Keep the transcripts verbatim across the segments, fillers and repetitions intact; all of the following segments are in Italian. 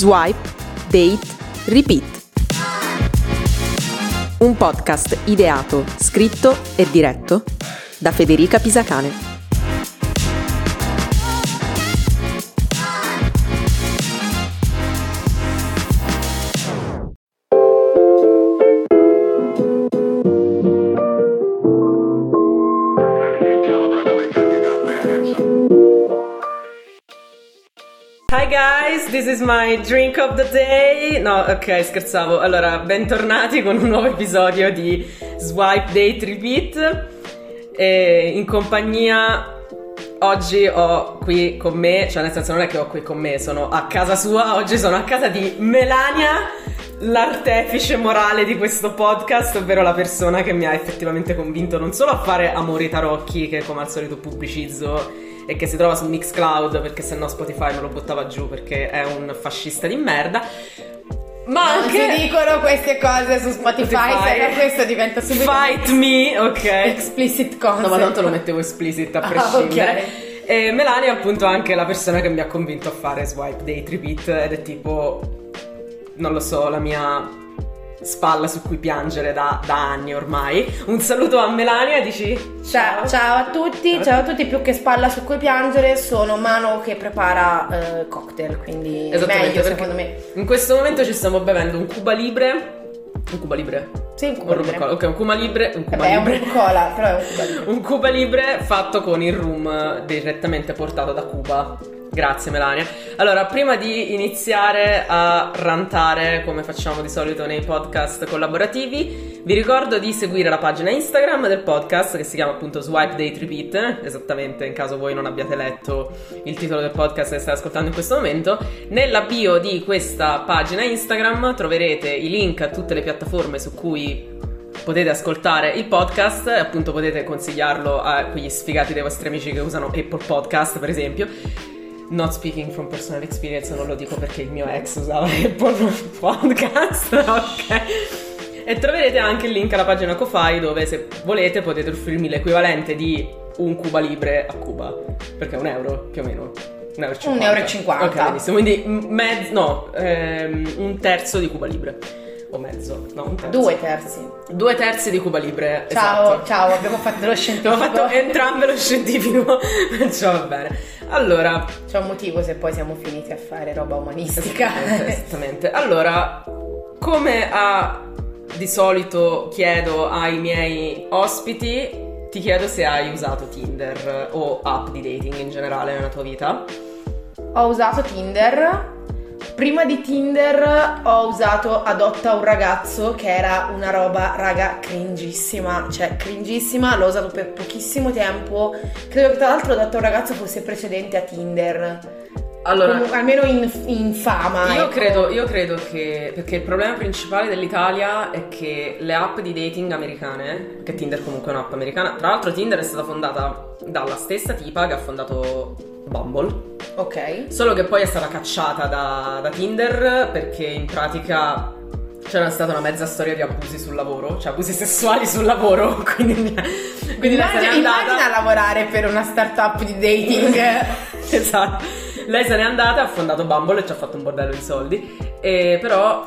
Swipe, Date, Repeat. Un podcast ideato, scritto e diretto da Federica Pisacane. Hi guys, this is my drink of the day. No, ok, scherzavo. Allora, bentornati con un nuovo episodio di Swipe, Date, Repeat. E in compagnia oggi ho qui con me, cioè nel senso non è che ho qui con me, sono a casa sua. Oggi sono a casa di Melania, l'artefice morale di questo podcast, ovvero la persona che mi ha effettivamente convinto non solo a fare Amori Tarocchi, che come al solito pubblicizzo e che si trova su Mixcloud, perché sennò Spotify me lo buttava giù perché è un fascista di merda, ma non anche si dicono queste cose su Spotify, Spotify. se no questo diventa subito Fight me, ok, explicit concept. no, ma tanto lo mettevo explicit a prescindere. Ah, okay. E Melania è appunto anche la persona che mi ha convinto a fare Swipe, Date, Repeat, ed è tipo, non lo so, la mia spalla su cui piangere da, da anni ormai. Un saluto a Melania, dici? Ciao, ciao a tutti, ciao. ciao a tutti. Più che spalla su cui piangere, sono mano che prepara eh, cocktail, quindi meglio secondo me. In questo momento ci stiamo bevendo un Cuba Libre. Un Cuba Libre? Sì, un Cuba un Libre. Ok, un Cuba Libre. Un Cuba Vabbè, Libre. È un cola, però è un Cuba Libre. Un Cuba Libre fatto con il rum direttamente portato da Cuba. Grazie Melania. Allora, prima di iniziare a rantare come facciamo di solito nei podcast collaborativi, vi ricordo di seguire la pagina Instagram del podcast, che si chiama appunto Swipe, Date, Repeat, esattamente, in caso voi non abbiate letto il titolo del podcast che state ascoltando in questo momento. Nella bio di questa pagina Instagram troverete i link a tutte le piattaforme su cui potete ascoltare il podcast, e appunto potete consigliarlo a quegli sfigati dei vostri amici che usano Apple Podcast, per esempio. Not speaking from personal experience, non lo dico perché il mio ex usava Apple Podcast, ok? E troverete anche il link alla pagina Ko-Fi, dove se volete potete offrirmi l'equivalente di un Cuba Libre a Cuba, perché è un euro più o meno. Un euro e cinquanta. Un euro e cinquanta. Ok, benissimo, quindi mezzo, no, ehm, un terzo di Cuba Libre. O mezzo, no, un terzo. Due terzi. Due terzi di Cuba Libre. Ciao, esatto. ciao, abbiamo fatto lo scientifico. Abbiamo fatto entrambe lo scientifico. Ciao, va bene. Allora, c'è un motivo se poi siamo finiti a fare roba umanistica. Esattamente, esattamente. Allora, come a, di solito chiedo ai miei ospiti, ti chiedo se hai usato Tinder o app di dating in generale nella tua vita. Ho usato Tinder. Prima di Tinder ho usato Adotta un ragazzo, che era una roba, raga, cringissima, cioè cringissima, l'ho usato per pochissimo tempo. Credo che tra l'altro Adotta un ragazzo fosse precedente a Tinder. Allora, Comunque, almeno in, in fama. Io ecco. credo, io credo che, perché il problema principale dell'Italia è che le app di dating americane, che Tinder comunque è un'app americana, tra l'altro Tinder è stata fondata dalla stessa tipa che ha fondato Bumble. Ok. Solo che poi è stata cacciata da, da Tinder perché in pratica c'era stata una mezza storia di abusi sul lavoro, cioè abusi sessuali sul lavoro, quindi, quindi lei se n'è andata. Immagina lavorare per una startup di dating. Esatto. Lei se n'è andata, ha fondato Bumble e ci ha fatto un bordello di soldi. E però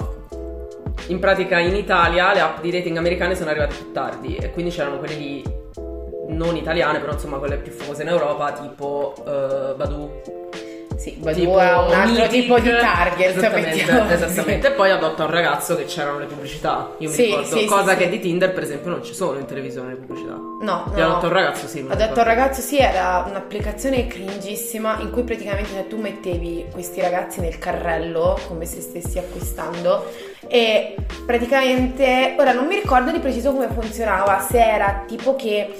in pratica in Italia le app di dating americane sono arrivate più tardi, e quindi c'erano quelle lì non italiane, però insomma quelle più famose in Europa, tipo uh, Badoo. Sì, Badoo è un altro Mythic, tipo di target. Esattamente, esattamente. E poi Adotta un ragazzo, che c'erano le pubblicità. Io mi sì, ricordo, sì, cosa sì, che sì. di Tinder per esempio non ci sono in televisione le pubblicità. No, e no. Adotta un ragazzo sì. Adotta un ragazzo sì, era un'applicazione cringissima in cui praticamente cioè, tu mettevi questi ragazzi nel carrello come se stessi acquistando, e praticamente ora non mi ricordo di preciso come funzionava, se era tipo che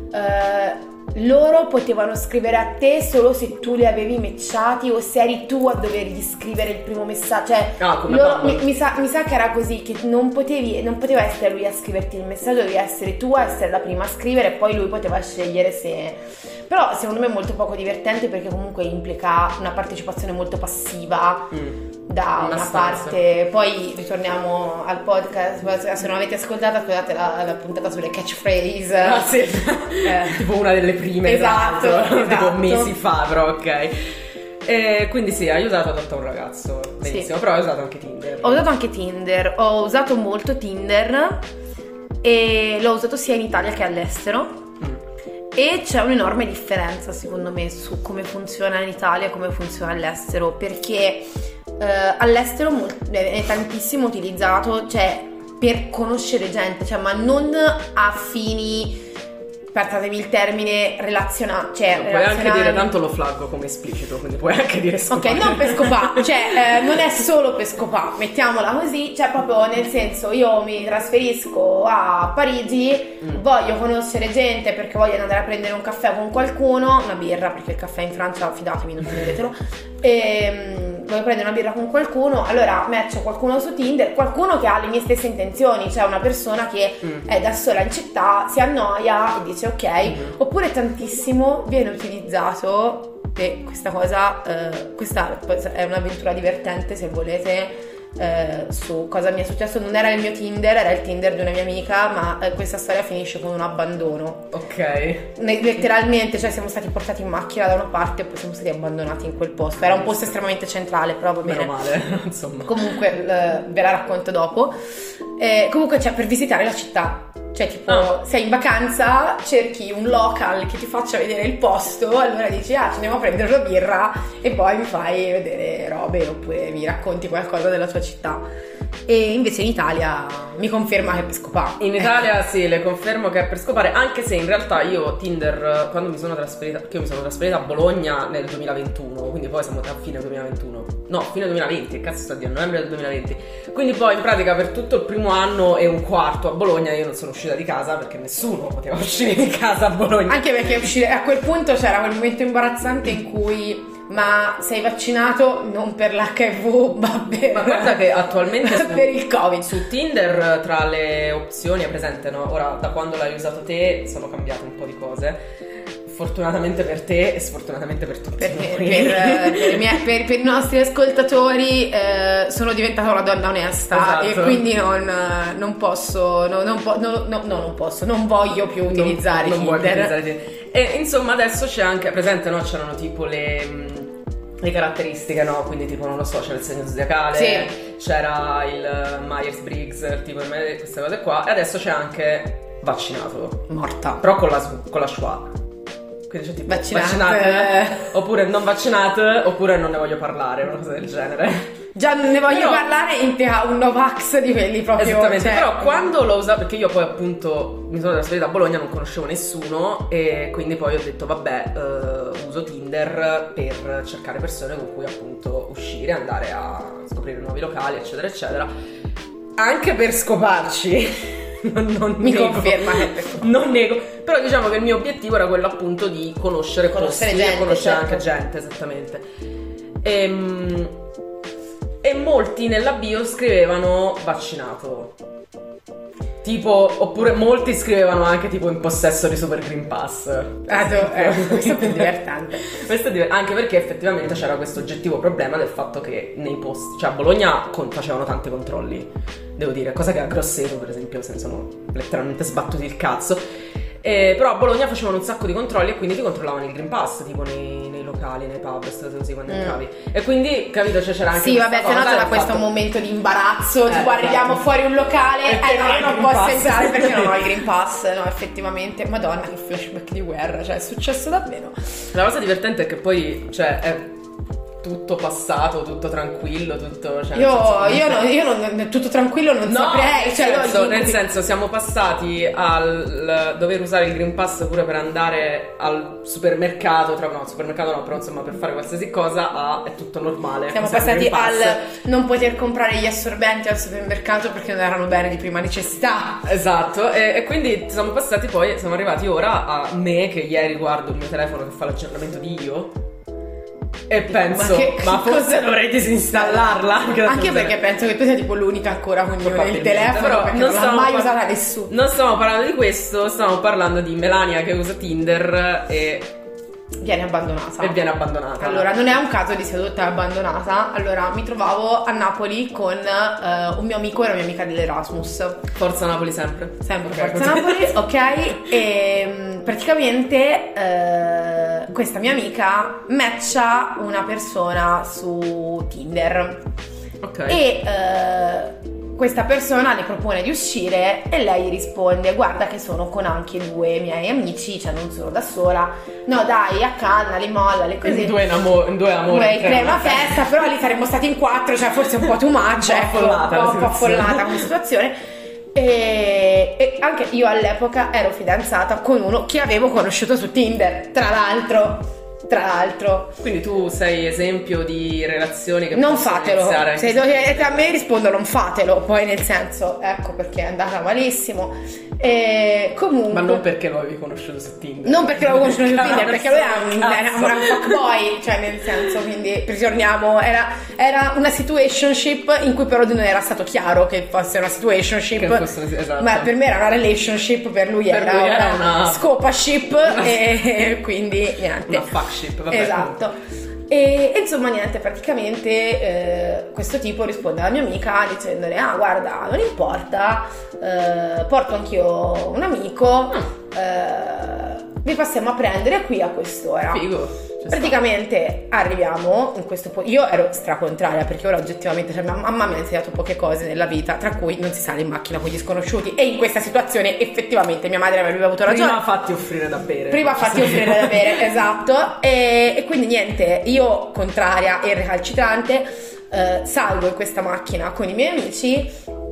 uh, loro potevano scrivere a te solo se tu li avevi matchati, o se eri tu a dovergli scrivere il primo messaggio, cioè ah, come loro, mi, mi, sa, mi sa che era così, che non potevi, non poteva essere lui a scriverti il messaggio, dovevi essere tu a essere la prima a scrivere, e poi lui poteva scegliere se... Però secondo me è molto poco divertente, perché comunque implica una partecipazione molto passiva mm. da una, una parte. Poi ritorniamo al podcast, se non avete ascoltato ascoltate la, la puntata sulle catchphrase. Ah sì, eh. Tipo una delle prime, esatto, esatto. Tipo mesi fa, però ok. E quindi sì, hai usato Adotta un ragazzo. benissimo, sì. Però hai usato anche Tinder. Ho usato anche Tinder, ho usato molto Tinder e l'ho usato sia in Italia che all'estero. E c'è un'enorme differenza secondo me su come funziona in Italia e come funziona all'estero, perché eh, all'estero è tantissimo utilizzato, cioè per conoscere gente, cioè ma non a fini, perdonatemi il termine, relazionale, cioè no, puoi anche dire, tanto lo flaggo come esplicito, quindi puoi anche dire scopare. Ok, non per scopare, cioè eh, non è solo per scopare, mettiamola così, cioè proprio nel senso io mi trasferisco a Parigi, mm. voglio conoscere gente perché voglio andare a prendere un caffè con qualcuno, una birra, perché il caffè in Francia, fidatevi, non prendetelo, e voglio prendere una birra con qualcuno, allora matcho qualcuno su Tinder, qualcuno che ha le mie stesse intenzioni, cioè una persona che mm. è da sola in città, si annoia e dice ok, mm-hmm. oppure tantissimo viene utilizzato, e questa cosa, eh, questa è un'avventura divertente se volete, eh, su cosa mi è successo, non era il mio Tinder, era il Tinder di una mia amica, ma eh, questa storia finisce con un abbandono. Ok. Ne- letteralmente, cioè siamo stati portati in macchina da una parte e poi siamo stati abbandonati in quel posto. Era un posto estremamente centrale, però va bene. Meno male, insomma. Comunque eh, ve la racconto dopo. Eh, comunque, cioè, per visitare la città. Cioè tipo oh. sei in vacanza, cerchi un local che ti faccia vedere il posto, allora dici ah ci andiamo a prendere una birra e poi mi fai vedere robe oppure mi racconti qualcosa della tua città. E invece in Italia mi conferma che è per scopare. In Italia sì, le confermo che è per scopare, anche se in realtà io Tinder quando mi sono trasferita, perché io mi sono trasferita a Bologna nel duemilaventuno, quindi poi siamo a fine duemilaventuno, no fine duemilaventi, che cazzo sto a dire, novembre del duemilaventi, quindi poi in pratica per tutto il primo anno e un quarto a Bologna io non sono uscita di casa perché nessuno poteva uscire di casa a Bologna, anche perché uscire a quel punto c'era quel momento imbarazzante in cui ma sei vaccinato non per l'H I V ma per, ma guarda che attualmente su, per il Covid. Su Tinder tra le opzioni è presente, no? Ora da quando l'hai usato te sono cambiate un po' di cose, fortunatamente per te e sfortunatamente per tutti per, noi. Per, per, per, per, per i nostri ascoltatori eh, sono diventata una donna onesta, esatto. E quindi non, non posso no, non, po- no, no, no, non posso non voglio più utilizzare non, non Tinder. Vuoi più utilizzare. E insomma adesso c'è anche presente, no? C'erano tipo le le caratteristiche, no? Quindi tipo non lo so, c'era il segno zodiacale, sì. C'era il Myers-Briggs, tipo queste cose qua, e adesso c'è anche vaccinato, morta, però con la, con la schwa. Quindi c'è tipo vaccinate, vaccinate oppure non vaccinate oppure non ne voglio parlare, una cosa del genere. Già non ne voglio però, parlare, integra un Novax di quelli proprio. Esattamente, cioè, però quando l'ho usato, perché io poi appunto mi sono trasferita a Bologna, non conoscevo nessuno e quindi poi ho detto vabbè, uh, uso Tinder per cercare persone con cui appunto uscire, andare a scoprire nuovi locali, eccetera eccetera, anche per scoparci. Non, non mi nego, conferma che non nego, però diciamo che il mio obiettivo era quello appunto di conoscere conoscere posti gente, e conoscere certo. anche gente, esattamente. E, e molti nella bio scrivevano vaccinato, tipo, oppure molti scrivevano anche tipo in possesso di Super Green Pass. Ah, eh, questo è più divertente. Questo è diver- anche perché effettivamente c'era questo oggettivo problema del fatto che nei posti, cioè a Bologna con- facevano tanti controlli, devo dire, cosa che a Grosseto per esempio se ne sono letteralmente sbattuti il cazzo. Eh, però a Bologna facevano un sacco di controlli e quindi ti controllavano il Green Pass tipo nei, nei locali, nei pub, così quando mm. entravi. E quindi, capito, cioè c'era anche sì, vabbè, se no c'era questo fatto... momento di imbarazzo, eh, tipo arriviamo esatto. fuori un locale e eh, no, io non posso entrare perché non ho il Green Pass. No, effettivamente, madonna, che flashback di guerra, cioè è successo davvero. La cosa divertente è che poi, cioè, è tutto passato, tutto tranquillo, tutto... Cioè, io, senso, io, non, io non, tutto tranquillo non no, saprei. Nel, cioè, senso, io, nel senso, siamo passati al dover usare il Green Pass pure per andare al supermercato, tra, no, supermercato no, però insomma per fare qualsiasi cosa, a è tutto normale. Siamo passati al non poter comprare gli assorbenti al supermercato perché non erano bene di prima necessità. Esatto, e, e quindi siamo passati poi, siamo arrivati ora a me che ieri guardo il mio telefono che fa l'aggiornamento di Io. E penso, ma, che, ma forse cosa... dovrei disinstallarla. Anche perché penso che tu sia tipo l'unica ancora con Io nel telefono, però perché non, non l'ha mai par- usata nessuno. Non stiamo parlando di questo, stiamo parlando di Melania che usa Tinder e viene abbandonata. E viene abbandonata. Allora, non è un caso di sedotta e abbandonata. Allora, mi trovavo a Napoli con uh, un mio amico e una mia amica dell'Erasmus. Forza Napoli sempre. Sempre okay, Forza Napoli, ok. E praticamente uh, questa mia amica matcha una persona su Tinder. Ok. E uh, questa persona le propone di uscire e lei risponde: guarda che sono con anche due miei amici, cioè non sono da sola. No dai, accannali, mollali, così. Due, amo- due amori. Due, tre, una festa, però lì saremmo stati in quattro, cioè forse un po' too much, un po' affollata, un po', un po' affollata come situazione. E, e anche io all'epoca ero fidanzata con uno che avevo conosciuto su Tinder, tra l'altro. Tra l'altro, quindi tu sei esempio di relazioni che non possono fatelo. iniziare Se dovete, a me rispondo non fatelo, poi nel senso, ecco perché è andata malissimo. E comunque, ma non perché lo avevi conosciuto su Tinder, non perché l'avevo conosciuto su Tinder, perché lui era un, Cazzo. era un fuckboy, cioè nel senso, quindi ritorniamo, era, era una situationship in cui però non era stato chiaro che fosse una situationship, che fosse, esatto. ma per me era una relationship, per lui, per era, lui era una, una scopaship una... e quindi niente, una fuckship, vabbè. Esatto. E, e insomma niente, praticamente eh, questo tipo risponde alla mia amica dicendole: ah guarda, non importa, eh, porto anch'io un amico, eh, vi passiamo a prendere qui a quest'ora. Figo. Praticamente arriviamo in questo po- io ero stracontraria perché ora oggettivamente, cioè, mia mamma mi ha insegnato poche cose nella vita, tra cui non si sale in macchina con gli sconosciuti, e in questa situazione effettivamente mia madre avrebbe avuto ragione. Prima fatti offrire da bere. Prima fatti offrire da bere, esatto. E, e quindi niente, io contraria e recalcitrante eh, salgo in questa macchina con i miei amici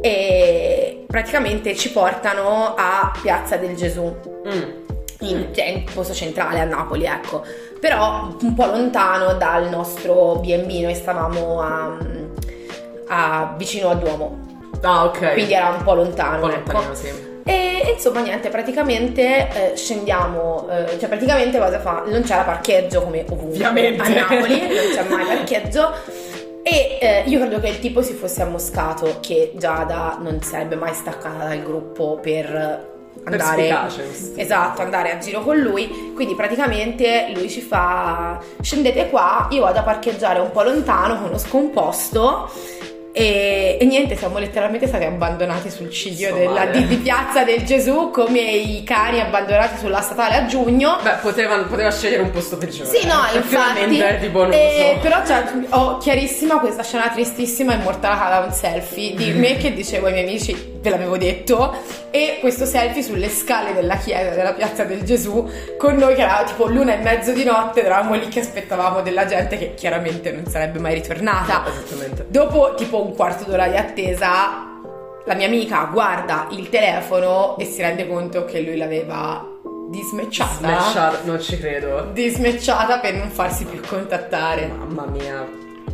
e praticamente ci portano a Piazza del Gesù. Mm. In, cioè, in posto centrale a Napoli, ecco, però un po' lontano dal nostro B and B. Noi stavamo a, a vicino a Duomo, Ah, ok. quindi era un po' lontano, un po' ecco. lontanino, sì. E, e insomma niente, praticamente eh, scendiamo, eh, cioè praticamente cosa fa? Non c'era parcheggio come ovunque Ovviamente. a Napoli, non c'è mai parcheggio. E eh, io credo che il tipo si fosse ammoscato che Giada non sarebbe mai staccata dal gruppo per andare, Perspicace, esatto, andare a giro con lui. Quindi praticamente lui ci fa: scendete qua, io vado a parcheggiare un po' lontano, conosco un posto. E, e niente, siamo letteralmente stati abbandonati sul ciglio So della, male. di, di Piazza del Gesù, come i cani abbandonati sulla statale a giugno. Beh, poteva, poteva scegliere un posto peggiore. Sì, no, infatti. Effettivamente, tipo, non eh, lo so. Però cioè, ho chiarissima questa scena tristissima immortalata da un selfie di me che dicevo ai miei amici, ve l'avevo detto, e questo selfie sulle scale della chiesa della Piazza del Gesù con noi che era tipo l'una e mezzo di notte, eravamo lì che aspettavamo della gente che chiaramente non sarebbe mai ritornata. Esattamente. Dopo tipo un quarto d'ora di attesa, la mia amica guarda il telefono e si rende conto che lui l'aveva dismatchata. Smasher, non ci credo. Dismatchata per non farsi più contattare. Mamma mia.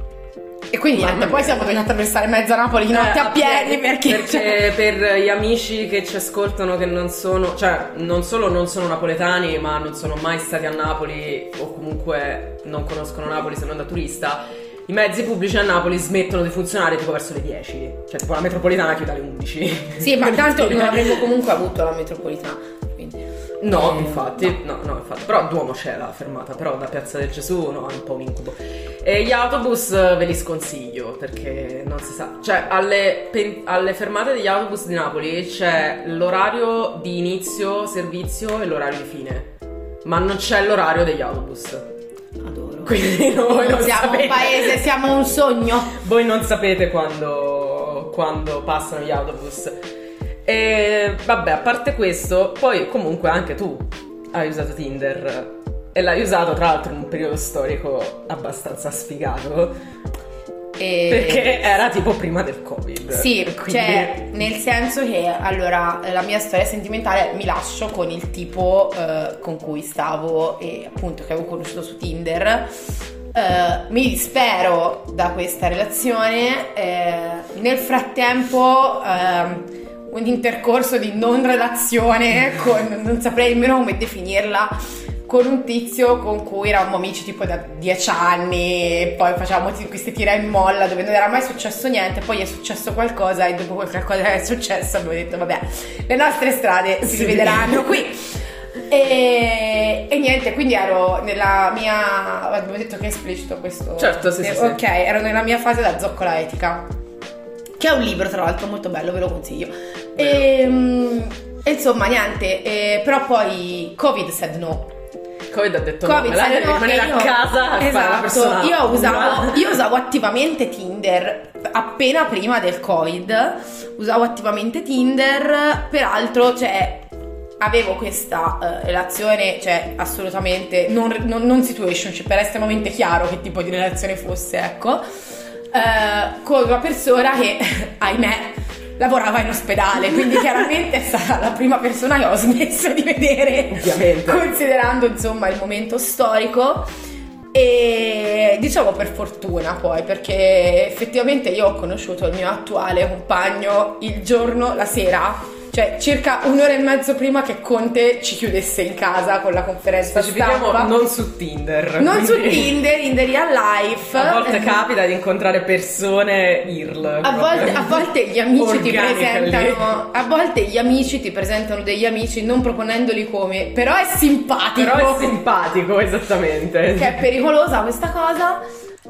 E quindi Mamma niente, poi mia. siamo tornati a attraversare mezza Napoli di notte Eh, a piedi perché, perché per gli amici che ci ascoltano che non sono, cioè non solo non sono napoletani ma non sono mai stati a Napoli o comunque non conoscono Napoli se non da turista, i mezzi pubblici a Napoli smettono di funzionare tipo verso le dieci, cioè tipo la metropolitana chiude alle undici. sì, ma tanto non avremmo comunque avuto la metropolitana, quindi No, Eh, infatti, no. no, infatti, però a Duomo c'è la fermata, però da Piazza del Gesù no, è un po' un incubo. E gli autobus ve li sconsiglio perché non si sa, cioè alle, pen- alle fermate degli autobus di Napoli c'è l'orario di inizio servizio e l'orario di fine, ma non c'è l'orario degli autobus. adoro. Quindi voi non Siamo sapete. un paese, siamo un sogno. Voi non sapete quando, quando passano gli autobus. E vabbè, a parte questo, poi comunque anche tu hai usato Tinder e l'hai usato tra l'altro in un periodo storico abbastanza sfigato, E... perché era tipo prima del Covid. Sì, Quindi- cioè nel senso che allora la mia storia sentimentale mi lascio con il tipo eh, con cui stavo e appunto che avevo conosciuto su Tinder. Eh, mi dispero da questa relazione, eh, nel frattempo ehm, un intercorso di non relazione con, non saprei nemmeno come definirla, con un tizio con cui eravamo amici tipo da dieci anni e poi facevamo t- questi tira e molla dove non era mai successo niente, poi è successo qualcosa e dopo quel qualcosa che è successo abbiamo detto vabbè, le nostre strade si Sì. rivedranno qui. E, e niente, quindi ero nella mia, abbiamo detto che è esplicito questo, Certo, sì, sì, sì. ok, ero nella mia fase da zoccola etica, che è un libro tra l'altro molto bello, ve lo consiglio. E, mm, e insomma niente, eh, però poi Covid said no. Covid ha detto Covid, no, Melania deve no, rimanere io- a casa a esatto, fare la persona. io usavo, io usavo attivamente Tinder appena prima del Covid, usavo attivamente Tinder, peraltro, cioè, avevo questa uh, relazione, cioè, assolutamente non, non, non situationship, era estremamente chiaro che tipo di relazione fosse, ecco, uh, con una persona che, ahimè, lavorava in ospedale, quindi chiaramente è stata la prima persona che ho smesso di vedere, ovviamente, considerando insomma il momento storico. E diciamo per fortuna poi, perché effettivamente io ho conosciuto il mio attuale compagno il giorno, la sera, cioè circa un'ora e mezzo prima che Conte ci chiudesse in casa con la conferenza stampa. Non su Tinder. Non quindi... su Tinder, in the real life. A volte capita di incontrare persone I R L. A volte, a volte gli amici ti Organically. presentano A volte gli amici ti presentano degli amici non proponendoli come, però è simpatico. Però è simpatico, esattamente. Che è pericolosa questa cosa.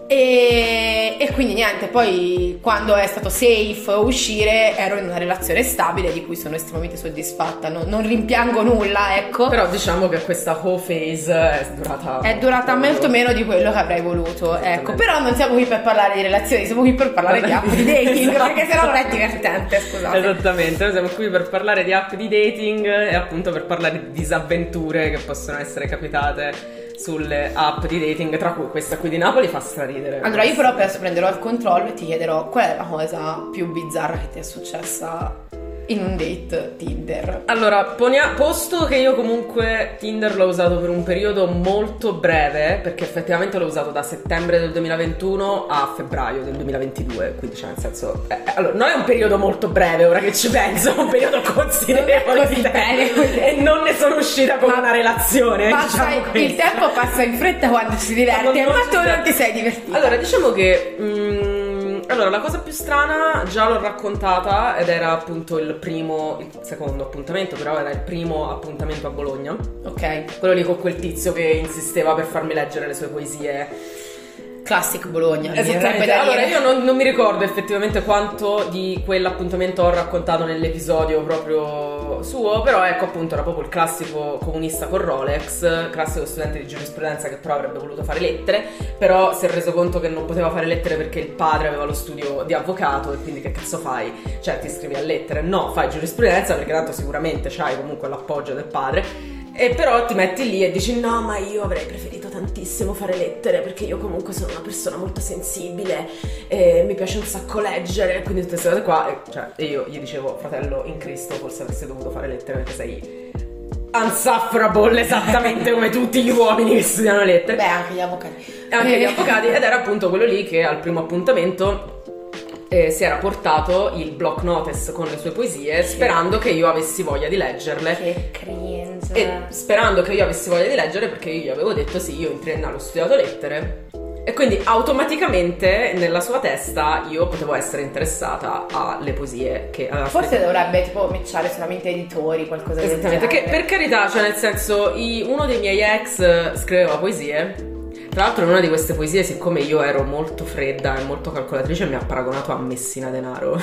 E, e quindi niente, poi quando è stato safe uscire ero in una relazione stabile di cui sono estremamente soddisfatta, non, non rimpiango nulla, ecco. Però diciamo che questa whole phase è durata è durata molto meno di quello che avrei voluto, ecco. Però non siamo qui per parlare di relazioni, siamo qui per parlare di app di dating, esatto. Perché sennò non è divertente, scusate. Esattamente, noi siamo qui per parlare di app di dating e appunto per parlare di disavventure che possono essere capitate sulle app di dating, tra cui questa qui di Napoli fa straridere. Allora io però adesso prenderò il controllo e ti chiederò qual è la cosa più bizzarra che ti è successa in un date Tinder. Allora, ponia- posto che io comunque Tinder l'ho usato per un periodo molto breve, perché effettivamente l'ho usato da settembre del duemilaventuno a febbraio del duemilaventidue, quindi cioè nel senso eh, allora non è un periodo molto breve ora che ci penso, è un periodo considerevole così di tempo. bene. E non ne sono uscita con Ma una relazione, passa, diciamo il questo. tempo passa in fretta quando si diverte, Quando non ma si tu non diverte. ti sei divertita. Allora, diciamo che mm, allora la cosa più strana già l'ho raccontata ed era appunto il primo, il secondo appuntamento, però era il primo appuntamento a Bologna. Ok. Quello lì con quel tizio che insisteva per farmi leggere le sue poesie. Classic Bologna. mi Esattamente. verrebbe da Allora dire. io non, non mi ricordo effettivamente quanto di quell'appuntamento ho raccontato nell'episodio proprio suo, però ecco appunto era proprio il classico comunista con Rolex, classico studente di giurisprudenza che però avrebbe voluto fare lettere, però si è reso conto che non poteva fare lettere perché il padre aveva lo studio di avvocato e quindi che cazzo fai? Cioè ti iscrivi a lettere? No, fai giurisprudenza perché tanto sicuramente c'hai comunque l'appoggio del padre. E però ti metti lì e dici no, ma io avrei preferito tantissimo fare lettere perché io comunque sono una persona molto sensibile e mi piace un sacco leggere, quindi tutte queste cose qua e, cioè, e io gli dicevo fratello in Cristo forse avresti dovuto fare lettere perché sei unsufferable esattamente come tutti gli uomini che studiano lettere. Beh, anche gli avvocati. Anche gli avvocati, ed era appunto quello lì che al primo appuntamento Eh, si era portato il block notice con le sue poesie sperando che io avessi voglia di leggerle. Che cringe. E sperando che io avessi voglia di leggere perché io gli avevo detto sì, io in triennale ho studiato lettere e quindi automaticamente nella sua testa io potevo essere interessata alle poesie che aveva Forse scritto. dovrebbe tipo matchare solamente editori, qualcosa del Esattamente, che genere. per carità, cioè nel senso i, uno dei miei ex scriveva poesie. Tra l'altro in una di queste poesie, siccome io ero molto fredda e molto calcolatrice, mi ha paragonato a Messina Denaro.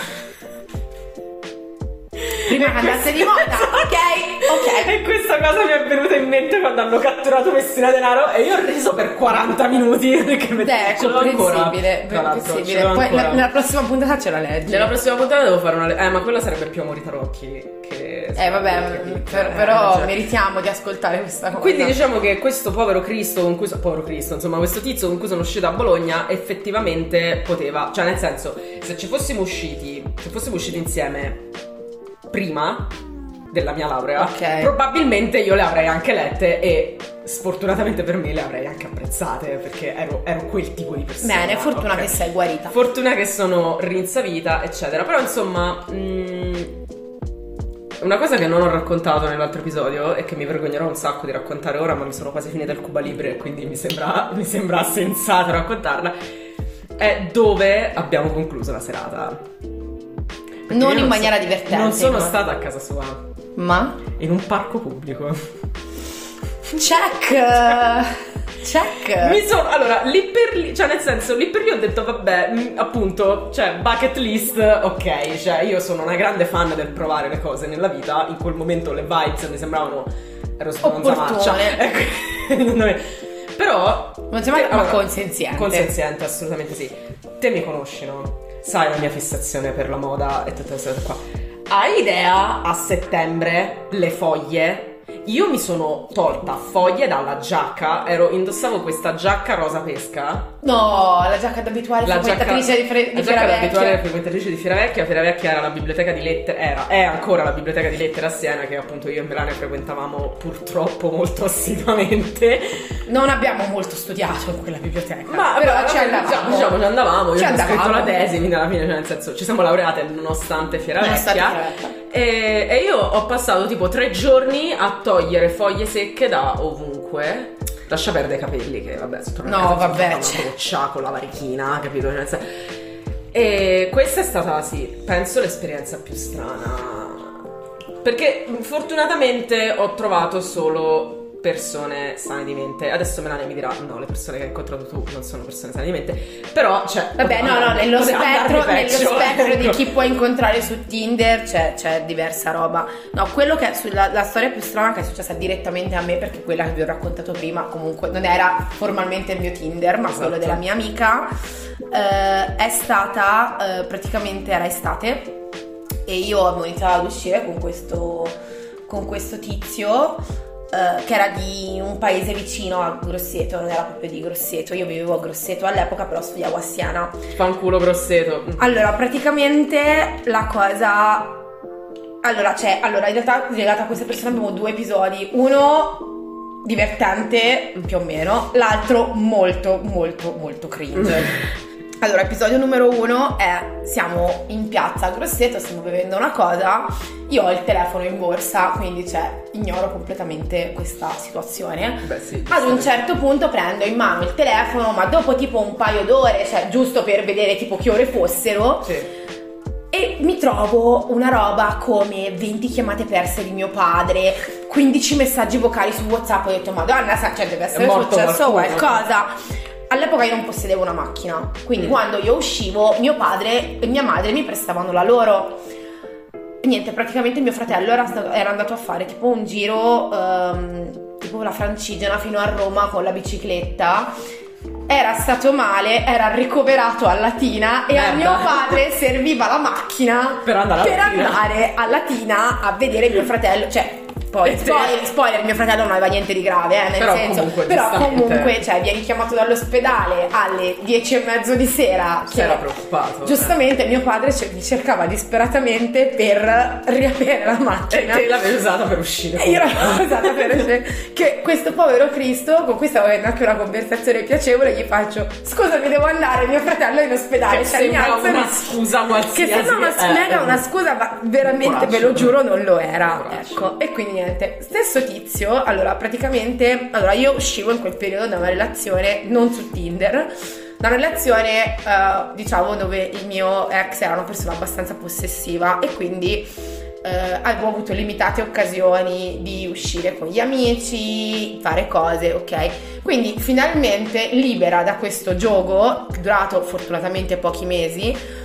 Prima che andasse di moda. Ok, ok. E questa cosa mi è venuta in mente quando hanno catturato Messina Denaro e io ho riso per quaranta minuti perché Beh, è ce l'ho ancora. comprensibile, Tra l'altro, comprensibile. ce l'ho Poi ancora. la- nella prossima puntata ce la leggi. Nella prossima puntata devo fare una... Eh, ma quella sarebbe più Amori Tarocchi che... Eh vabbè, per- però cioè. meritiamo di ascoltare questa cosa. Quindi diciamo che questo povero Cristo con cui so- povero Cristo, insomma, questo tizio con cui sono uscita a Bologna effettivamente poteva, cioè nel senso, se ci fossimo usciti, se fossimo usciti insieme prima della mia laurea, Ok. probabilmente io le avrei anche lette e sfortunatamente per me le avrei anche apprezzate perché ero, ero quel tipo di persona. Bene, fortuna ok? che sei guarita. Fortuna che sono rinsavita, eccetera. Però insomma, mh, una cosa che non ho raccontato nell'altro episodio e che mi vergognerò un sacco di raccontare ora, ma mi sono quasi finita il Cuba Libre e quindi mi sembra, mi sembra sensato raccontarla, è dove abbiamo concluso la serata. Perché Non io in so- maniera divertente, Non sono no? stata a casa sua, Ma? in un parco pubblico. Check! Check! Mi sono, allora, lì per lì, cioè nel senso, lì per lì ho detto vabbè, mh, appunto, cioè bucket list, ok, cioè io sono una grande fan del provare le cose nella vita, in quel momento le vibes mi sembravano ero sbronza marcia. Però non si chiama allora, consenziente. Consenziente, assolutamente sì. Te mi conosci, no? Sai la mia fissazione per la moda e tutte queste cose qua. Hai idea a settembre le foglie? Io mi sono tolta foglie dalla giacca, ero indossavo questa giacca rosa pesca. No, la giacca d'abituale la frequentatrice giacca, di, Fre- di la giacca Fieravecchia. d'abituale frequentatrice di Fieravecchia. Fieravecchia era la biblioteca di lettere, era, è ancora la biblioteca di lettere a Siena, che appunto io e Melania frequentavamo purtroppo molto assiduamente. Non abbiamo molto studiato in quella biblioteca, ma però vabbè, ci andavamo. Diciamo, diciamo ci andavamo, io ci ho andavamo. scritto la tesi, quindi alla fine, cioè nel senso, ci siamo laureate nonostante Fieravecchia. Nonostante Fieravecchia. E, e io ho passato tipo tre giorni a togliere foglie secche da ovunque. Lascia perdere i capelli, che vabbè, no, vabbè, una cioè. goccia con la varichina, capito? Cioè, se... E questa è stata, sì, penso l'esperienza più strana, perché fortunatamente ho trovato solo persone sane di mente. Adesso Melania mi dirà no, le persone che hai incontrato tu non sono persone sane di mente, però cioè vabbè no no nello spettro, nello spettro ecco. di chi puoi incontrare su Tinder c'è, c'è diversa roba. No, quello che è sulla, la storia più strana che è successa direttamente a me, perché quella che vi ho raccontato prima comunque non era formalmente il mio Tinder, ma esatto. quello della mia amica, eh, è stata eh, praticamente era estate e io avevo iniziato ad uscire con questo con questo tizio Uh, che era di un paese vicino a Grosseto, non era proprio di Grosseto, io vivevo a Grosseto all'epoca, però studiavo a Siena. Fanculo Grosseto. Allora, praticamente la cosa... Allora, c'è... Allora, in realtà, legata a questa persona abbiamo due episodi. Uno divertente, più o meno, l'altro molto, molto, molto cringe. Allora, episodio numero uno è: siamo in piazza a Grosseto, stiamo bevendo una cosa, io ho il telefono in borsa, quindi cioè ignoro completamente questa situazione. Beh, sì, ad un certo punto prendo in mano il telefono, ma dopo tipo un paio d'ore, cioè giusto per vedere tipo che ore fossero, sì. E mi trovo una roba come venti chiamate perse di mio padre, quindici messaggi vocali su WhatsApp. Ho detto madonna, cioè deve essere successo qualcosa. All'epoca io non possedevo una macchina, quindi mm. quando io uscivo mio padre e mia madre mi prestavano la loro. E niente, praticamente mio fratello era, stato, era andato a fare tipo un giro um, tipo la Francigena fino a Roma con la bicicletta. Era stato male, era ricoverato a Latina e Merda. a mio padre serviva la macchina per andare, per andare a Latina a vedere mio fratello, cioè poi spoiler, spoiler, mio fratello non aveva niente di grave, eh, nel però senso, comunque, però comunque cioè vieni chiamato dall'ospedale alle dieci e mezzo di sera, si era preoccupato, giustamente eh. mio padre mi cercava disperatamente per riavere la macchina e te l'avevi usata per uscire e io l'avevo usata per uscire, che questo povero Cristo, con cui stavo avendo anche una conversazione piacevole, gli faccio scusami devo andare, mio fratello è in ospedale, che cioè, sembra una scusa qualsiasi, che sembra una, eh, mega una scusa, ma veramente coraggio, ve lo giuro non lo era, coraggio. Ecco. E quindi stesso tizio, allora praticamente allora io uscivo in quel periodo da una relazione non su Tinder, da una relazione uh, diciamo dove il mio ex era una persona abbastanza possessiva e quindi uh, avevo avuto limitate occasioni di uscire con gli amici, fare cose, ok? Quindi finalmente libera da questo gioco durato fortunatamente pochi mesi.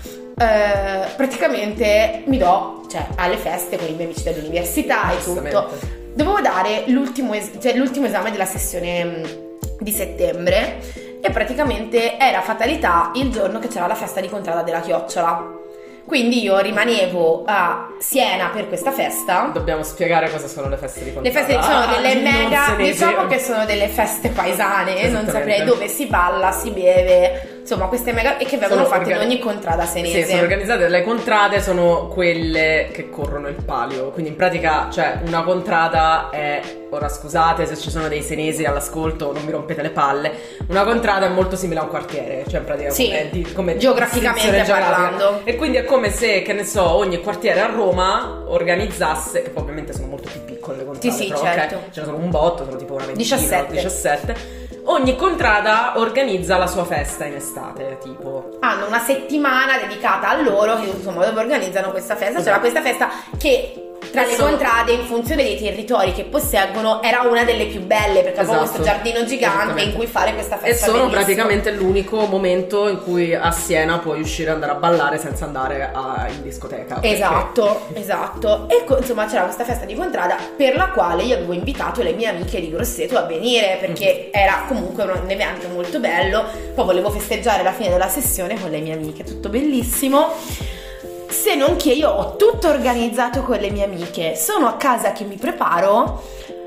Uh, praticamente mi do cioè alle feste con i miei amici dell'università e tutto. Dovevo dare l'ultimo, es- cioè, l'ultimo esame della sessione mh, di settembre e praticamente era fatalità il giorno che c'era la festa di contrada della Chiocciola. Quindi io rimanevo a Siena per questa festa. Dobbiamo spiegare cosa sono le feste di contrada. Le feste sono delle ah, mega, diciamo che sono delle feste paesane, non saprei, dove si balla, si beve, insomma queste mega, e che vengono sono fatte organ- in ogni contrada senese. Sì, sono organizzate, le contrade sono quelle che corrono il palio, quindi in pratica, cioè una contrada è, ora scusate se ci sono dei senesi all'ascolto, non mi rompete le palle, una contrada è molto simile a un quartiere, cioè in pratica sì, come, di, come geograficamente parlando, e quindi è come se, che ne so, ogni quartiere a Roma organizzasse, che poi ovviamente sono molto più piccole le contrade, sì, sì, però certo. Okay, ce ne sono un botto, sono tipo una ventina, diciassette. diciassette. Ogni contrada organizza la sua festa in estate, tipo hanno una settimana dedicata a loro, che insomma dove organizzano questa festa. C'era questa festa che tra le sono... contrade, in funzione dei territori che posseggono, era una delle più belle, perché esatto. avevo questo giardino gigante in cui fare questa festa. E sono bellissima. praticamente l'unico momento in cui a Siena puoi uscire e andare a ballare senza andare a, in discoteca. Esatto, perché... esatto. E co- insomma c'era questa festa di contrada per la quale io avevo invitato le mie amiche di Grosseto a venire, perché mm-hmm. era comunque un evento molto bello. Poi volevo festeggiare la fine della sessione con le mie amiche, tutto bellissimo. Se non che io ho tutto organizzato con le mie amiche, sono a casa che mi preparo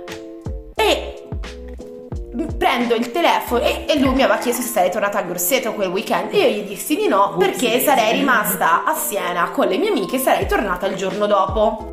e prendo il telefono e, e lui mi aveva chiesto se sarei tornata a Grosseto quel weekend e io gli dissi di no, perché sarei rimasta a Siena con le mie amiche e sarei tornata il giorno dopo.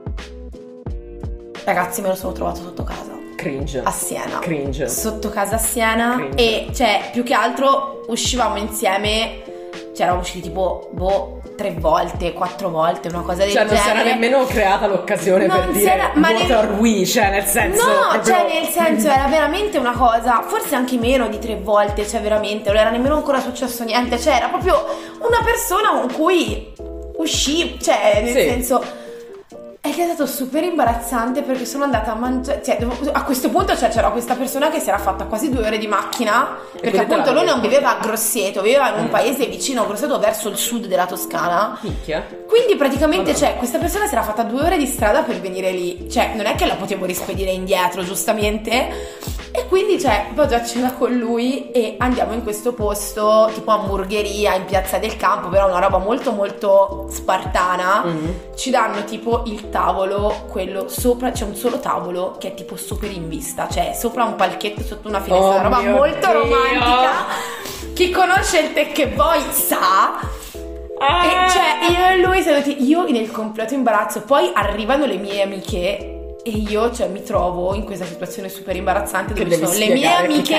Ragazzi, me lo sono trovato sotto casa. Cringe. A Siena. Cringe. Sotto casa a Siena. Cringe. E cioè, più che altro uscivamo insieme, cioè eravamo usciti tipo, boh, tre volte, quattro volte, una cosa del genere. Cioè non genere. si era nemmeno creata l'occasione non per dire era, ma what nel... are we, cioè nel senso no, proprio... cioè nel senso era veramente una cosa, forse anche meno di tre volte, cioè veramente non era nemmeno ancora successo niente, cioè era proprio una persona con cui uscì, cioè nel sì. senso. Ed è stato super imbarazzante perché sono andata a mangiare, cioè a questo punto cioè, c'era questa persona che si era fatta quasi due ore di macchina, e perché appunto lui non viveva a Grosseto, viveva in un mm. paese vicino a Grosseto verso il sud della Toscana. Picchia. Quindi praticamente cioè, questa persona si era fatta due ore di strada per venire lì, cioè non è che la potevo rispedire indietro giustamente. E quindi cioè vado a cena con lui e andiamo in questo posto tipo hamburgeria in Piazza del Campo, però una roba molto molto spartana. Mm-hmm. Ci danno tipo il tavolo, quello sopra, c'è un solo tavolo che è tipo super in vista, cioè sopra un palchetto sotto una finestra, oh una roba molto Dio. romantica. Chi conosce il Te Che Vuoi sa. Ah. E cioè io e lui siamo venuti, io nel completo imbarazzo, poi arrivano le mie amiche e io cioè mi trovo in questa situazione super imbarazzante dove che sono le mie amiche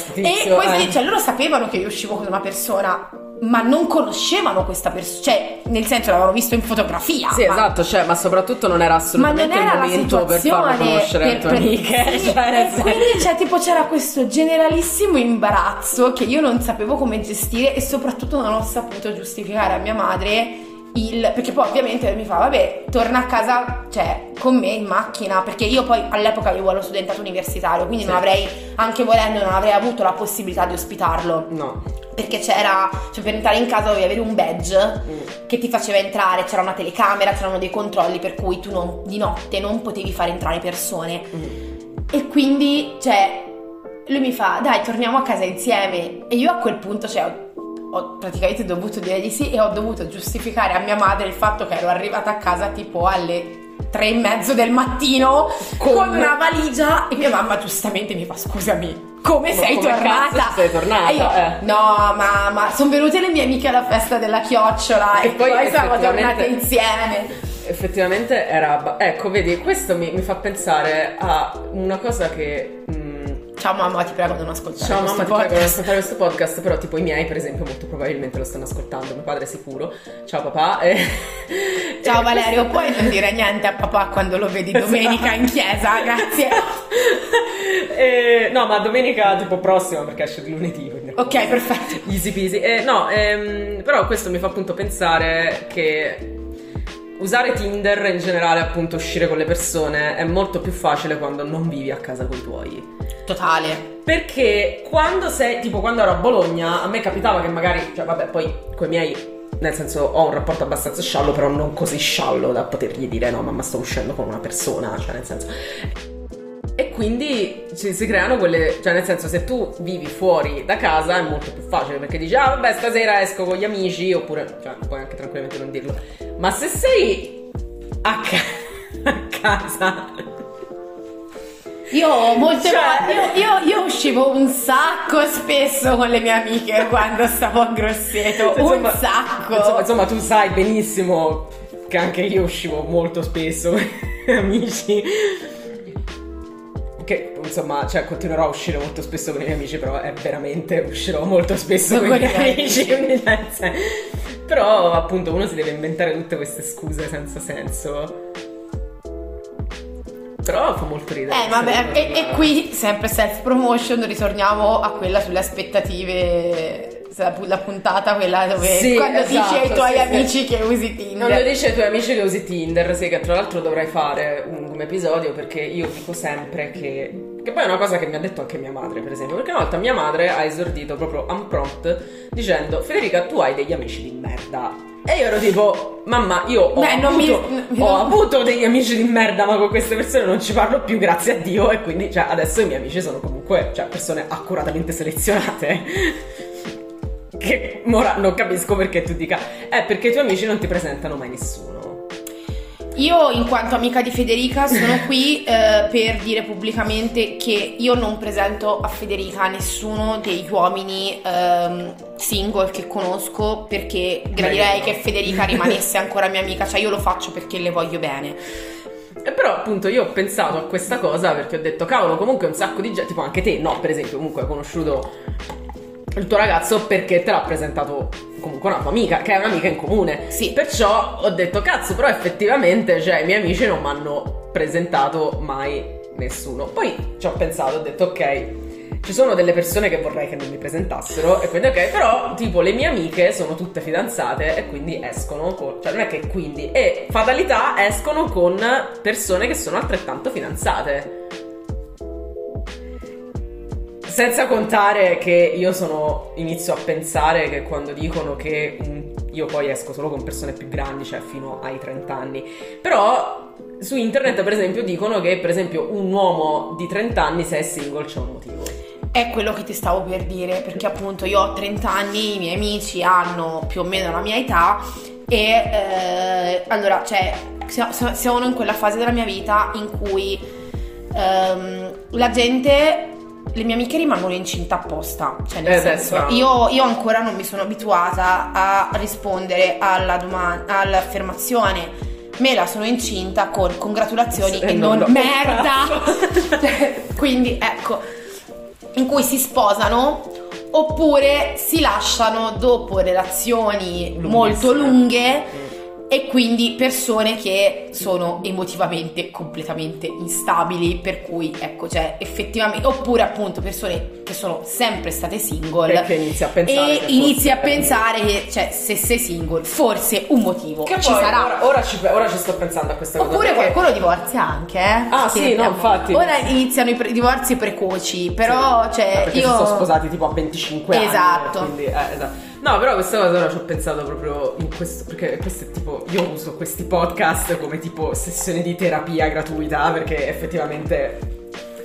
e questi, eh. cioè loro sapevano che io uscivo con una persona ma non conoscevano questa persona, cioè nel senso l'avevano visto in fotografia. Sì, ma... esatto, cioè ma soprattutto non era assolutamente non era il momento per farlo conoscere per, le tue per, amiche. Sì, cioè, e quindi cioè tipo c'era questo generalissimo imbarazzo che io non sapevo come gestire e soprattutto non ho saputo giustificare a mia madre il, perché poi ovviamente mi fa vabbè torna a casa cioè con me in macchina, perché io poi all'epoca avevo lo studentato universitario, quindi sì. non avrei, anche volendo non avrei avuto la possibilità di ospitarlo, no, perché c'era, cioè per entrare in casa dovevi avere un badge mm. che ti faceva entrare, c'era una telecamera, c'erano dei controlli per cui tu non, di notte non potevi far entrare persone mm. e quindi cioè lui mi fa dai torniamo a casa insieme e io a quel punto cioè ho praticamente dovuto dire di sì e ho dovuto giustificare a mia madre il fatto che ero arrivata a casa tipo alle tre e mezzo del mattino con, con una valigia e mia mamma giustamente mi fa scusami come ma sei come tornata? sei tornata? Io, eh. no mamma sono venute le mie amiche alla festa della chiocciola e, e poi, poi siamo tornate insieme. Effettivamente era, ecco vedi questo mi, mi fa pensare a una cosa che mh, ciao mamma ti prego non ascoltare ciao questo mamma ti podcast. prego non ascoltare questo podcast, però tipo i miei per esempio molto probabilmente lo stanno ascoltando, mio padre sicuro, ciao papà e... ciao Valerio puoi non dire niente a papà quando lo vedi domenica in chiesa, grazie. E, no ma domenica tipo prossima perché esce di lunedì quindi... ok perfetto easy peasy e, no ehm, però questo mi fa appunto pensare che usare Tinder in generale, appunto uscire con le persone è molto più facile quando non vivi a casa con i tuoi. Totale. Perché quando sei, tipo quando ero a Bologna, a me capitava che magari, cioè vabbè poi coi miei, nel senso ho un rapporto abbastanza sciallo, però non così sciallo da potergli dire no mamma sto uscendo con una persona, cioè nel senso... E quindi ci si creano quelle, cioè nel senso se tu vivi fuori da casa è molto più facile perché dici ah vabbè stasera esco con gli amici oppure, cioè puoi anche tranquillamente non dirlo, ma se sei a, ca- a casa io molte cioè... volte io, io, io uscivo un sacco spesso con le mie amiche quando stavo a Grosseto, insomma, un sacco insomma, insomma tu sai benissimo che anche io uscivo molto spesso con amici che insomma, cioè continuerò a uscire molto spesso con i miei amici, però è veramente uscirò molto spesso con, con i miei amici, quindi, cioè, però appunto uno si deve inventare tutte queste scuse senza senso. Però fa molto ridere. Eh vabbè, e, e qui sempre self promotion ritorniamo a quella sulle aspettative la, la puntata quella dove sì, quando esatto, dici ai tuoi sì, amici sì. che usi Tinder. Quando dici ai tuoi amici che usi Tinder, sì, che tra l'altro dovrai fare un, un episodio, perché io dico sempre che che poi è una cosa che mi ha detto anche mia madre, per esempio, perché una volta mia madre ha esordito proprio unprompt dicendo: Federica, tu hai degli amici di merda. E io ero tipo: mamma, io ho, Beh, non avuto, mi... ho avuto degli amici di merda, ma con queste persone non ci parlo più, grazie a Dio. E quindi, cioè, adesso i miei amici sono comunque, cioè, persone accuratamente selezionate. Che ora non capisco perché tu dica: eh, perché i tuoi amici non ti presentano mai nessuno. Io, in quanto amica di Federica, sono qui eh, per dire pubblicamente che io non presento a Federica nessuno degli uomini ehm, single che conosco, perché gradirei no. che Federica rimanesse ancora mia amica, cioè io lo faccio perché le voglio bene. E però appunto io ho pensato a questa cosa perché ho detto: cavolo, comunque un sacco di gente, tipo anche te, no, per esempio, comunque hai conosciuto il tuo ragazzo perché te l'ha presentato comunque una tua amica, che è un'amica in comune. Sì. Perciò ho detto: cazzo, però effettivamente, cioè, i miei amici non mi hanno presentato mai nessuno. Poi ci ho pensato, ho detto: ok, ci sono delle persone che vorrei che non mi presentassero, e quindi ok, però tipo le mie amiche sono tutte fidanzate e quindi escono con, cioè non è che quindi, e fatalità, escono con persone che sono altrettanto fidanzate. Senza contare che io sono, inizio a pensare che quando dicono che um, io poi esco solo con persone più grandi, cioè fino ai trenta anni, però su internet per esempio dicono che per esempio un uomo di trenta anni, se è single, c'è un motivo. È quello che ti stavo per dire, perché appunto io ho trenta anni, i miei amici hanno più o meno la mia età e eh, allora, cioè, siamo in quella fase della mia vita in cui ehm, la gente... le mie amiche rimangono incinta apposta, cioè nel eh, senso io, io ancora non mi sono abituata a rispondere alla domanda, all'affermazione Mela, sono incinta, con congratulazioni e non, non merda. Quindi ecco, in cui si sposano oppure si lasciano dopo relazioni molto lunghe, e quindi persone che sono emotivamente completamente instabili, per cui ecco, cioè effettivamente, oppure appunto persone che sono sempre state single, perché inizi a pensare e inizi a pensare che, cioè, se sei single forse un motivo che ci poi, sarà. Ora, ora, ci, ora ci sto pensando a questa cosa. Oppure perché... qualcuno divorzia anche, eh? Ah sì, no, infatti. Ora iniziano i pre- divorzi precoci, però sì. cioè ah, perché io si sono sposati tipo a venticinque esatto. anni. Quindi, eh, esatto. No, però questa cosa ora ci ho pensato proprio in questo, perché questo è tipo, io uso questi podcast come tipo sessione di terapia gratuita, perché effettivamente,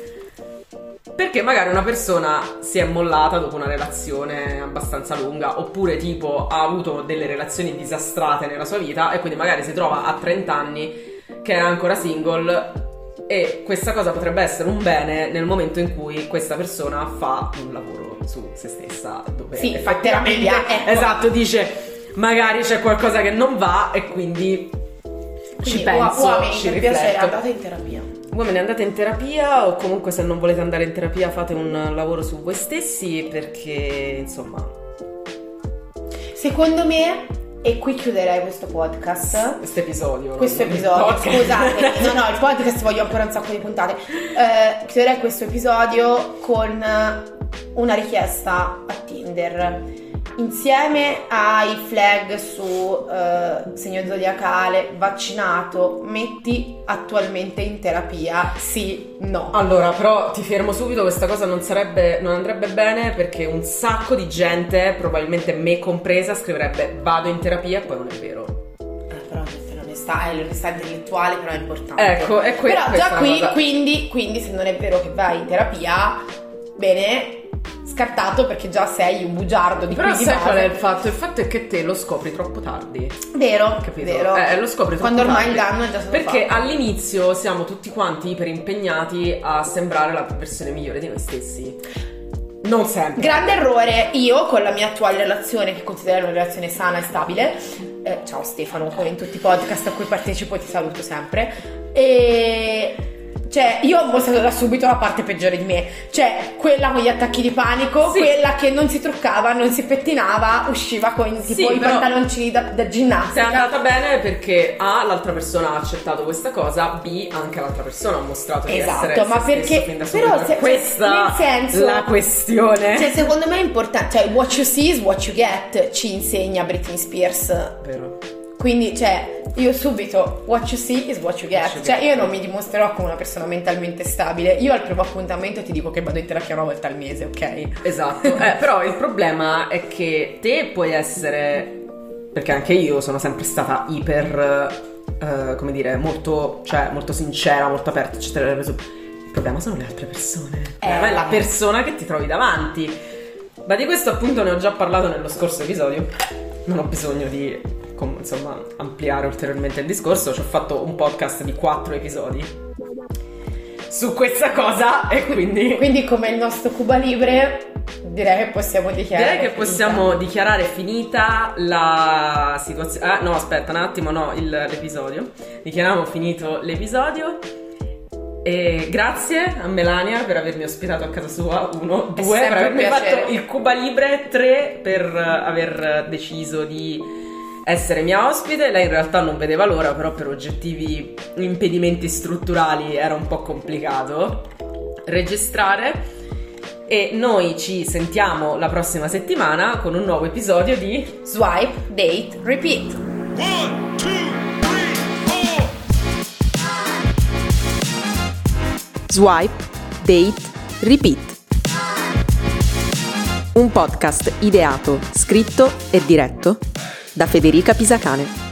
perché magari una persona si è mollata dopo una relazione abbastanza lunga, oppure tipo ha avuto delle relazioni disastrate nella sua vita e quindi magari si trova a trenta anni che è ancora single, e questa cosa potrebbe essere un bene nel momento in cui questa persona fa un lavoro su se stessa, dove sì, fa terapia, ecco. Esatto, dice magari c'è qualcosa che non va e quindi, quindi ci penso, uomini, ci per rifletto. piacere, andate in terapia. Uomini, andate in terapia, o comunque se non volete andare in terapia fate un lavoro su voi stessi, perché insomma, secondo me, e qui chiuderei questo podcast, questo episodio questo episodio scusate, no no il podcast voglio ancora un sacco di puntate, eh, chiuderei questo episodio con una richiesta a Tinder. Insieme ai flag su uh, segno zodiacale, vaccinato, metti attualmente in terapia, sì, no. Allora, però ti fermo subito, questa cosa non sarebbe, non andrebbe bene, perché un sacco di gente, probabilmente me compresa, scriverebbe vado in terapia e poi non è vero. Eh, però l'onestà, è l'onestà intellettuale, però è importante. Ecco, è que- però già qui, cosa. quindi, quindi se non è vero che vai in terapia, bene, scartato, perché già sei un bugiardo di però cui di sai base. qual è il fatto? Il fatto è che te lo scopri troppo tardi. Vero, capito? vero. Eh, lo scopri troppo quando ormai tardi. il danno è già stato perché fatto. all'inizio siamo tutti quanti iper impegnati a sembrare la versione migliore di noi stessi. Non sempre. Grande errore. Io con la mia attuale relazione, che considero una relazione sana e stabile, eh, ciao Stefano, come in tutti i podcast a cui partecipo ti saluto sempre, e Cioè, io ho mostrato da subito la parte peggiore di me. Cioè, quella con gli attacchi di panico, sì. quella che non si truccava, non si pettinava, usciva con tipo sì, i pantaloncini da, da ginnastica. È andata bene perché A, l'altra persona ha accettato questa cosa, B, anche l'altra persona ha mostrato di esatto, essere ma se perché stesso fin da subito. però se, questa nel senso, la questione. Cioè, secondo me è importante, cioè what you see is what you get, ci insegna Britney Spears. Vero. Quindi, cioè, io subito, what you see is what you get. What you cioè, get. io non mi dimostrerò come una persona mentalmente stabile. Io al primo appuntamento ti dico che vado in terapia una volta al mese, ok? Esatto, eh, però il problema è che te puoi essere, perché anche io sono sempre stata iper, eh, come dire, molto, cioè, molto sincera, molto aperta, eccetera. Il problema sono le altre persone. Il problema Eh. è la persona che ti trovi davanti. Ma di questo appunto ne ho già parlato nello scorso episodio. Non ho bisogno di... insomma, ampliare ulteriormente il discorso. Ci ho fatto un podcast di quattro episodi su questa cosa e quindi Quindi, come il nostro Cuba Libre, direi che possiamo dichiarare direi che finita. possiamo dichiarare finita la situazione. Ah, no, aspetta un attimo, no, il, l'episodio. Dichiariamo finito l'episodio. E grazie a Melania per avermi ospitato a casa sua. Uno, È due, per sempre un avermi piacere. fatto il Cuba Libre. Tre, per aver deciso di essere mia ospite. Lei in realtà non vedeva l'ora, però per oggettivi impedimenti strutturali era un po' complicato registrare. E noi ci sentiamo la prossima settimana con un nuovo episodio di Swipe, date, repeat. One, two, three, four. Swipe, Date, Repeat. Un podcast ideato, scritto e diretto da Federica Pisacane.